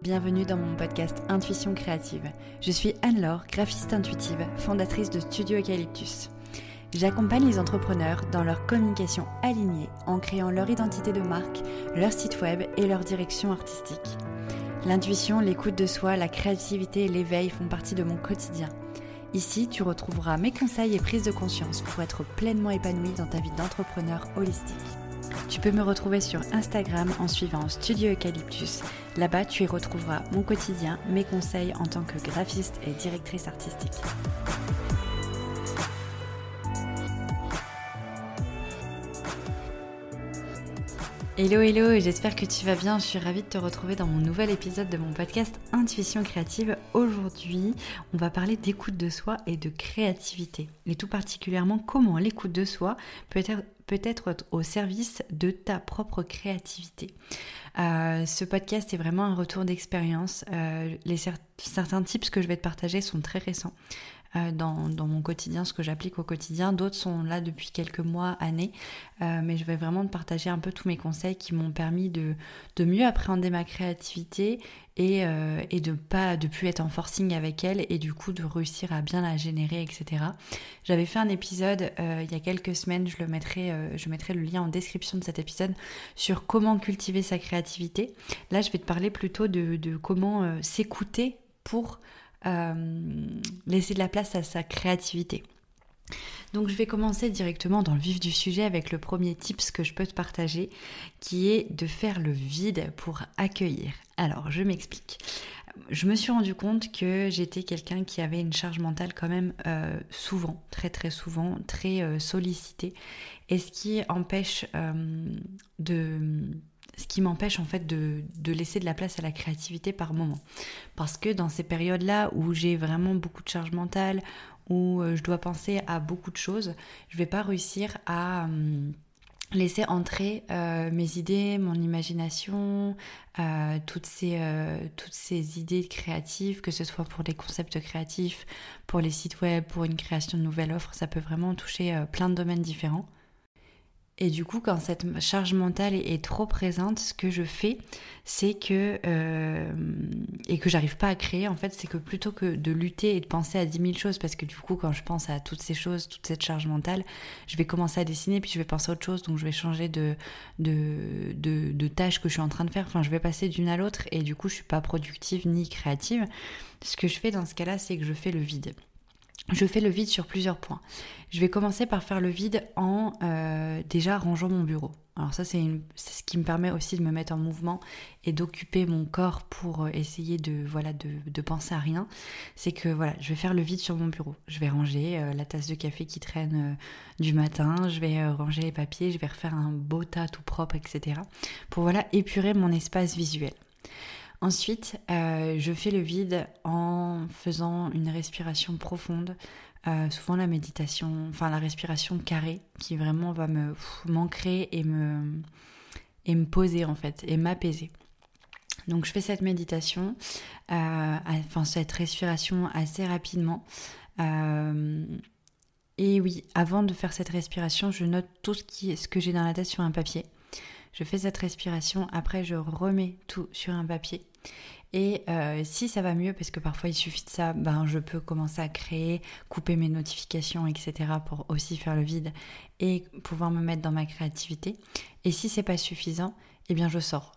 Bienvenue dans mon podcast Intuition créative. Je suis Anne-Laure, graphiste intuitive, fondatrice de Studio Eucalyptus. J'accompagne les entrepreneurs dans leur communication alignée en créant leur identité de marque, leur site web et leur direction artistique. L'intuition, l'écoute de soi, la créativité et l'éveil font partie de mon quotidien. Ici, tu retrouveras mes conseils et prises de conscience pour être pleinement épanoui dans ta vie d'entrepreneur holistique. Tu peux me retrouver sur Instagram en suivant Studio Eucalyptus. Là-bas, tu y retrouveras mon quotidien, mes conseils en tant que graphiste et directrice artistique. Hello, j'espère que tu vas bien. Je suis ravie de te retrouver dans mon nouvel épisode de mon podcast Intuition créative. Aujourd'hui, on va parler d'écoute de soi et de créativité. Et tout particulièrement, comment l'écoute de soi peut être au service de ta propre créativité. Ce podcast est vraiment un retour d'expérience. Certains tips que je vais te partager sont très récents. Dans mon quotidien, ce que j'applique au quotidien. D'autres sont là depuis quelques mois, années, mais je vais vraiment te partager un peu tous mes conseils qui m'ont permis de mieux appréhender ma créativité et de plus être en forcing avec elle et du coup de réussir à bien la générer, etc. J'avais fait un épisode il y a quelques semaines, je mettrai le lien en description de cet épisode sur comment cultiver sa créativité. Là, je vais te parler plutôt de comment s'écouter pour laisser de la place à sa créativité. Donc je vais commencer directement dans le vif du sujet avec le premier tips que je peux te partager, qui est de faire le vide pour accueillir. Alors je m'explique. Je me suis rendu compte que j'étais quelqu'un qui avait une charge mentale quand même souvent, très souvent, très sollicitée, et ce qui m'empêche en fait de laisser de la place à la créativité par moment. Parce que dans ces périodes-là où j'ai vraiment beaucoup de charge mentale, où je dois penser à beaucoup de choses, je vais pas réussir à laisser entrer mes idées, mon imagination, toutes ces idées créatives, que ce soit pour des concepts créatifs, pour les sites web, pour une création de nouvelles offres, ça peut vraiment toucher plein de domaines différents. Et du coup, quand cette charge mentale est trop présente, ce que je fais, c'est que j'arrive pas à créer, en fait, c'est que plutôt que de lutter et de penser à 10 000 choses, parce que du coup, quand je pense à toutes ces choses, toute cette charge mentale, je vais commencer à dessiner, puis je vais penser à autre chose, donc je vais changer de tâches que je suis en train de faire, enfin, je vais passer d'une à l'autre, et du coup, je suis pas productive ni créative. Ce que je fais dans ce cas-là, c'est que je fais le vide. Je fais le vide sur plusieurs points. Je vais commencer par faire le vide en déjà rangeant mon bureau. Alors ça, c'est ce qui me permet aussi de me mettre en mouvement et d'occuper mon corps pour essayer de penser à rien. C'est que je vais faire le vide sur mon bureau. Je vais ranger la tasse de café qui traîne du matin, je vais ranger les papiers, je vais refaire un beau tas tout propre, etc. pour épurer mon espace visuel. Ensuite, je fais le vide en faisant une respiration profonde, souvent la méditation, enfin la respiration carrée, qui vraiment va m'ancrer et me poser en fait, et m'apaiser. Donc je fais cette méditation, cette respiration assez rapidement. Et oui, avant de faire cette respiration, je note tout ce que j'ai dans la tête sur un papier. Je fais cette respiration, après je remets tout sur un papier. Et si ça va mieux, parce que parfois il suffit de ça, je peux commencer à créer, couper mes notifications, etc. pour aussi faire le vide et pouvoir me mettre dans ma créativité. Et si c'est pas suffisant, eh bien je sors.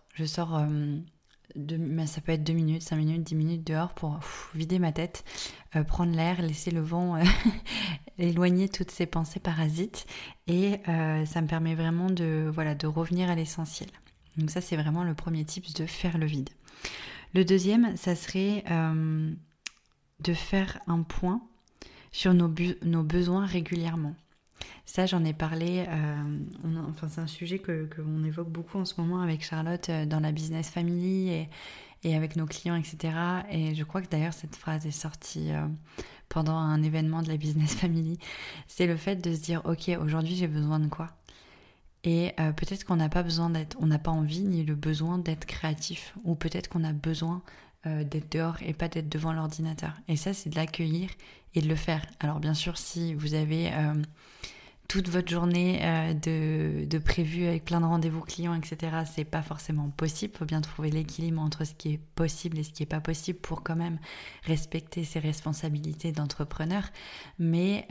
Ça peut être 2 minutes, 5 minutes, 10 minutes dehors pour vider ma tête, prendre l'air, laisser le vent éloigner toutes ces pensées parasites, et ça me permet vraiment de revenir à l'essentiel. Donc ça, c'est vraiment le premier tip, de faire le vide. Le deuxième, ça serait de faire un point sur nos besoins régulièrement. Ça, j'en ai parlé, c'est un sujet qu'on évoque beaucoup en ce moment avec Charlotte dans la Business Family et avec nos clients, etc. Et je crois que d'ailleurs cette phrase est sortie pendant un événement de la Business Family. C'est le fait de se dire, ok, aujourd'hui j'ai besoin de quoi ? Et peut-être qu'on n'a pas envie ni le besoin d'être créatif, ou peut-être qu'on a besoin d'être dehors et pas d'être devant l'ordinateur. Et ça, c'est de l'accueillir et de le faire. Alors bien sûr, si vous avez toute votre journée de prévu avec plein de rendez-vous clients, etc. C'est pas forcément possible. Il faut bien trouver l'équilibre entre ce qui est possible et ce qui est pas possible pour quand même respecter ses responsabilités d'entrepreneur. Mais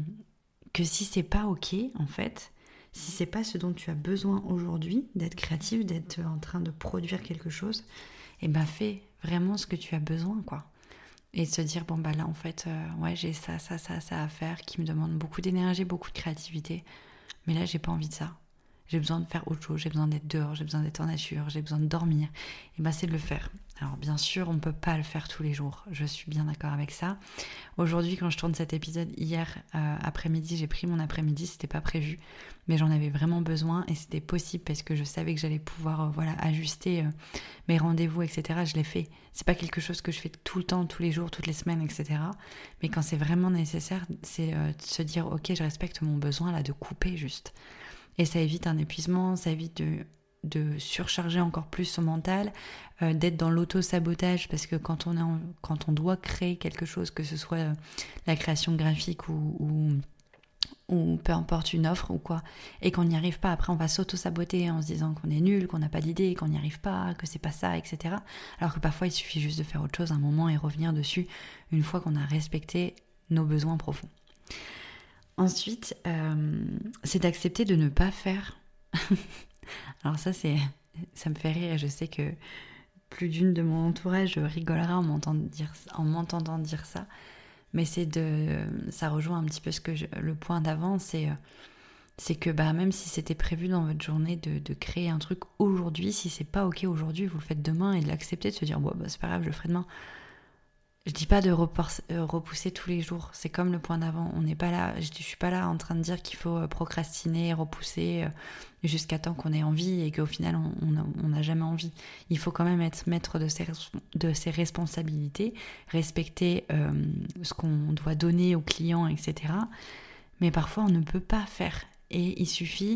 que si c'est pas ok, en fait, si c'est pas ce dont tu as besoin aujourd'hui, d'être créatif, d'être en train de produire quelque chose, et ben fais vraiment ce que tu as besoin, quoi. Et de se dire, bon bah là en fait, ouais j'ai ça à faire qui me demande beaucoup d'énergie, beaucoup de créativité. Mais là j'ai pas envie de ça. J'ai besoin de faire autre chose, j'ai besoin d'être dehors, j'ai besoin d'être en nature, j'ai besoin de dormir. Et ben c'est de le faire. Alors bien sûr, on ne peut pas le faire tous les jours. Je suis bien d'accord avec ça. Aujourd'hui, quand je tourne cet épisode, hier après-midi, j'ai pris mon après-midi, c'était pas prévu. Mais j'en avais vraiment besoin et c'était possible parce que je savais que j'allais pouvoir ajuster mes rendez-vous, etc. Je l'ai fait. C'est pas quelque chose que je fais tout le temps, tous les jours, toutes les semaines, etc. Mais quand c'est vraiment nécessaire, c'est de se dire, ok, je respecte mon besoin là de couper juste. Et ça évite un épuisement, ça évite de surcharger encore plus son mental, d'être dans l'auto-sabotage, parce que quand on doit créer quelque chose, que ce soit la création graphique ou peu importe une offre ou quoi, et qu'on n'y arrive pas, après on va s'auto-saboter en se disant qu'on est nul, qu'on n'a pas d'idée, qu'on n'y arrive pas, que c'est pas ça, etc. Alors que parfois il suffit juste de faire autre chose un moment et revenir dessus une fois qu'on a respecté nos besoins profonds. Ensuite, c'est d'accepter de ne pas faire. Alors ça me fait rire et je sais que plus d'une de mon entourage rigolera en m'entendant dire ça. Mais ça rejoint un petit peu le point d'avant, c'est que même si c'était prévu dans votre journée de créer un truc aujourd'hui, si c'est pas ok aujourd'hui, vous le faites demain, et de l'accepter, de se dire bon c'est pas grave, je le ferai demain. Je dis pas de repousser tous les jours, c'est comme le point d'avant, on n'est pas là, je suis pas là en train de dire qu'il faut procrastiner, repousser jusqu'à temps qu'on ait envie et qu'au final on n'a jamais envie. Il faut quand même être maître de ses responsabilités, respecter ce qu'on doit donner aux clients, etc. Mais parfois on ne peut pas faire et il suffit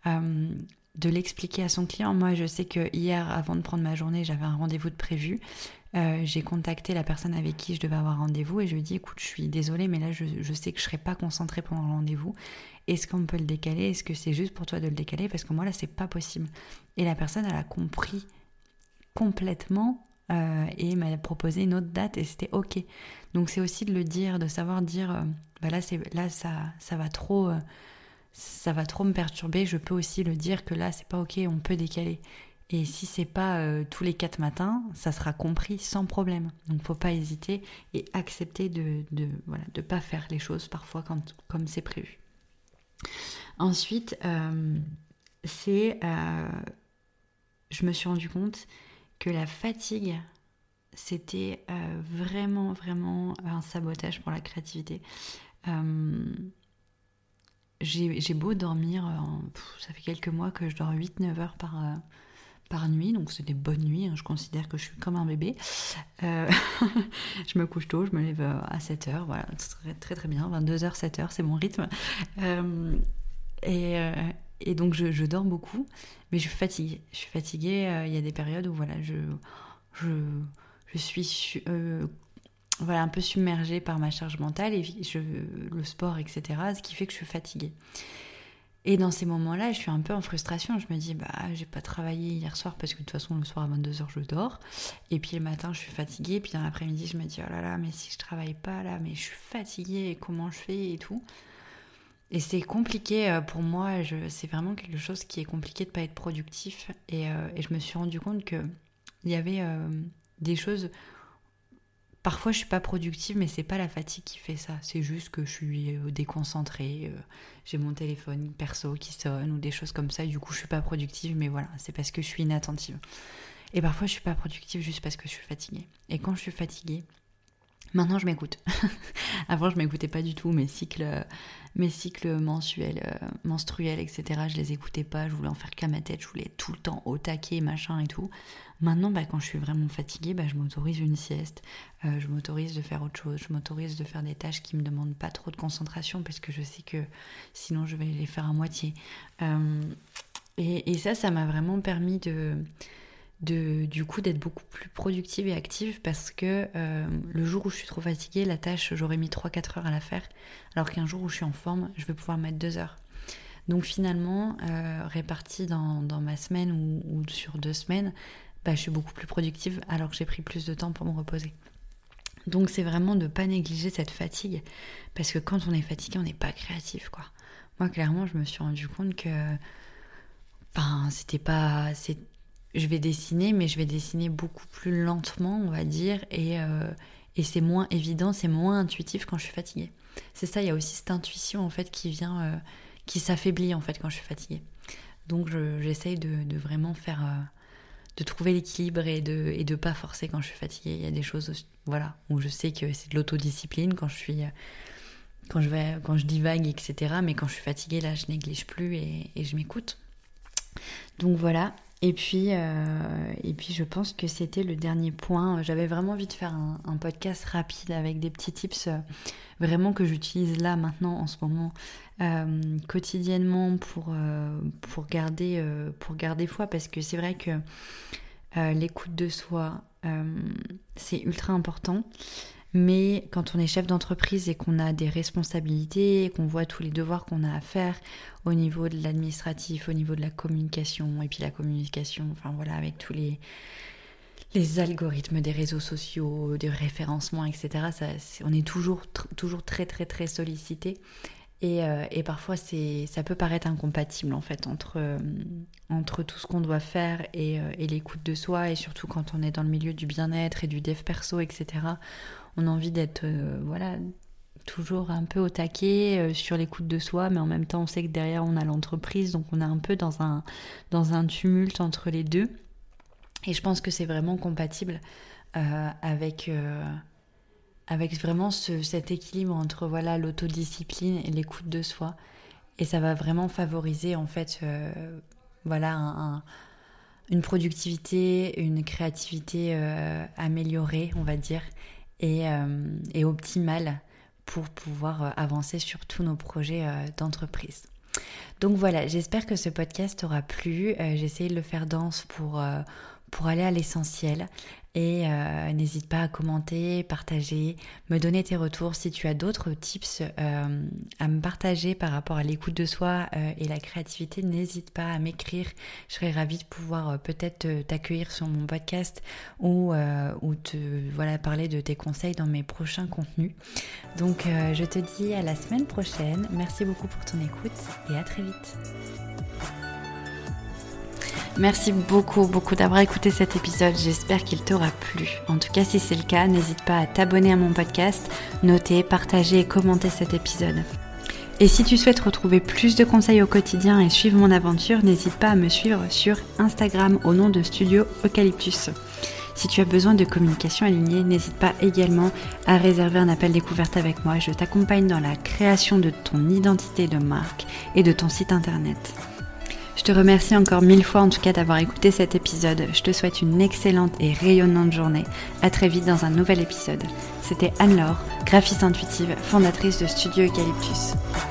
de l'expliquer à son client. Moi je sais que hier, avant de prendre ma journée, j'avais un rendez-vous de prévu. J'ai contacté la personne avec qui je devais avoir rendez-vous et je lui ai dit écoute, je suis désolée mais là je sais que je serai pas concentrée pendant le rendez-vous, est-ce qu'on peut le décaler, est-ce que c'est juste pour toi de le décaler, parce que moi là c'est pas possible. Et la personne elle a compris complètement et m'a proposé une autre date et c'était ok. Donc c'est aussi de le dire, de savoir dire là ça va trop me perturber, je peux aussi le dire que là c'est pas ok, on peut décaler. Et si c'est pas tous les 4 matins, ça sera compris sans problème. Donc faut pas hésiter et accepter de pas faire les choses parfois comme c'est prévu. Ensuite, je me suis rendu compte que la fatigue, c'était vraiment, vraiment un sabotage pour la créativité. J'ai beau dormir, ça fait quelques mois que je dors 8-9 heures par nuit, donc c'est des bonnes nuits, je considère que je suis comme un bébé. Je me couche tôt, je me lève à 7h, voilà, très très très bien, 22h, 7h, c'est mon rythme. Et donc je dors beaucoup, mais je suis fatiguée. Il y a des périodes où voilà, je suis un peu submergée par ma charge mentale et le sport, etc., ce qui fait que je suis fatiguée. Et dans ces moments-là, je suis un peu en frustration. Je me dis, j'ai pas travaillé hier soir parce que de toute façon, le soir à 22h, je dors. Et puis le matin, je suis fatiguée. Puis dans l'après-midi, je me dis, oh là là, mais si je travaille pas là, mais je suis fatiguée, comment je fais et tout. Et c'est compliqué pour moi. C'est vraiment quelque chose qui est compliqué de pas être productif. Et je me suis rendu compte qu'il y avait des choses... Parfois, je suis pas productive, mais c'est pas la fatigue qui fait ça. C'est juste que je suis déconcentrée. J'ai mon téléphone perso qui sonne ou des choses comme ça. Et du coup, je suis pas productive, mais voilà, c'est parce que je suis inattentive. Et parfois, je suis pas productive juste parce que je suis fatiguée. Et quand je suis fatiguée, maintenant, je m'écoute. Avant, je m'écoutais pas du tout. Mes cycles menstruels, etc., je les écoutais pas. Je voulais en faire qu'à ma tête. Je voulais être tout le temps au taquet, machin et tout. Maintenant, quand je suis vraiment fatiguée, je m'autorise une sieste. Je m'autorise de faire autre chose. Je m'autorise de faire des tâches qui me demandent pas trop de concentration parce que je sais que sinon, je vais les faire à moitié. Et ça m'a vraiment permis du coup d'être beaucoup plus productive et active parce que le jour où je suis trop fatiguée, la tâche j'aurais mis 3-4 heures à la faire, alors qu'un jour où je suis en forme, je vais pouvoir mettre 2 heures. Donc finalement, répartie dans ma semaine ou sur 2 semaines, je suis beaucoup plus productive alors que j'ai pris plus de temps pour me reposer. Donc c'est vraiment de ne pas négliger cette fatigue, parce que quand on est fatigué, on n'est pas créatif, quoi. Moi, clairement, je me suis rendu compte que je vais dessiner, mais je vais dessiner beaucoup plus lentement, on va dire, et c'est moins évident, c'est moins intuitif quand je suis fatiguée. C'est ça, il y a aussi cette intuition en fait qui vient, qui s'affaiblit en fait quand je suis fatiguée. Donc j'essaye de vraiment faire, de trouver l'équilibre et de pas forcer quand je suis fatiguée. Il y a des choses, voilà, où je sais que c'est de l'autodiscipline quand je divague, etc. Mais quand je suis fatiguée, là, je néglige plus et je m'écoute. Donc voilà. Et puis je pense que c'était le dernier point. J'avais vraiment envie de faire un podcast rapide avec des petits tips vraiment que j'utilise là maintenant en ce moment quotidiennement pour garder foi, parce que c'est vrai que l'écoute de soi c'est ultra important. Mais quand on est chef d'entreprise et qu'on a des responsabilités, et qu'on voit tous les devoirs qu'on a à faire au niveau de l'administratif, au niveau de la communication, et puis la communication, enfin voilà, avec tous les algorithmes des réseaux sociaux, des référencements, etc., on est toujours très très très sollicité. Et parfois ça peut paraître incompatible en fait entre tout ce qu'on doit faire et l'écoute de soi, et surtout quand on est dans le milieu du bien-être et du dev perso, etc. On a envie d'être toujours un peu au taquet sur l'écoute de soi, mais en même temps on sait que derrière on a l'entreprise, donc on est un peu dans un tumulte entre les deux. Et je pense que c'est vraiment compatible avec vraiment cet équilibre entre voilà, l'autodiscipline et l'écoute de soi. Et ça va vraiment favoriser en fait une productivité, une créativité améliorée, on va dire, et optimale pour pouvoir avancer sur tous nos projets d'entreprise. Donc voilà, j'espère que ce podcast t'aura plu. J'ai essayé de le faire dense pour aller à l'essentiel. Et n'hésite pas à commenter, partager, me donner tes retours si tu as d'autres tips à me partager par rapport à l'écoute de soi et la créativité. N'hésite pas à m'écrire. Je serais ravie de pouvoir peut-être t'accueillir sur mon podcast ou parler de tes conseils dans mes prochains contenus. Donc je te dis à la semaine prochaine. Merci beaucoup pour ton écoute et à très vite. Merci beaucoup d'avoir écouté cet épisode, j'espère qu'il t'aura plu. En tout cas, si c'est le cas, n'hésite pas à t'abonner à mon podcast, noter, partager et commenter cet épisode. Et si tu souhaites retrouver plus de conseils au quotidien et suivre mon aventure, n'hésite pas à me suivre sur Instagram au nom de Studio Eucalyptus. Si tu as besoin de communication alignée, n'hésite pas également à réserver un appel découverte avec moi. Je t'accompagne dans la création de ton identité de marque et de ton site internet. Je te remercie encore 1000 fois en tout cas d'avoir écouté cet épisode. Je te souhaite une excellente et rayonnante journée. À très vite dans un nouvel épisode. C'était Anne-Laure, graphiste intuitive, fondatrice de Studio Eucalyptus.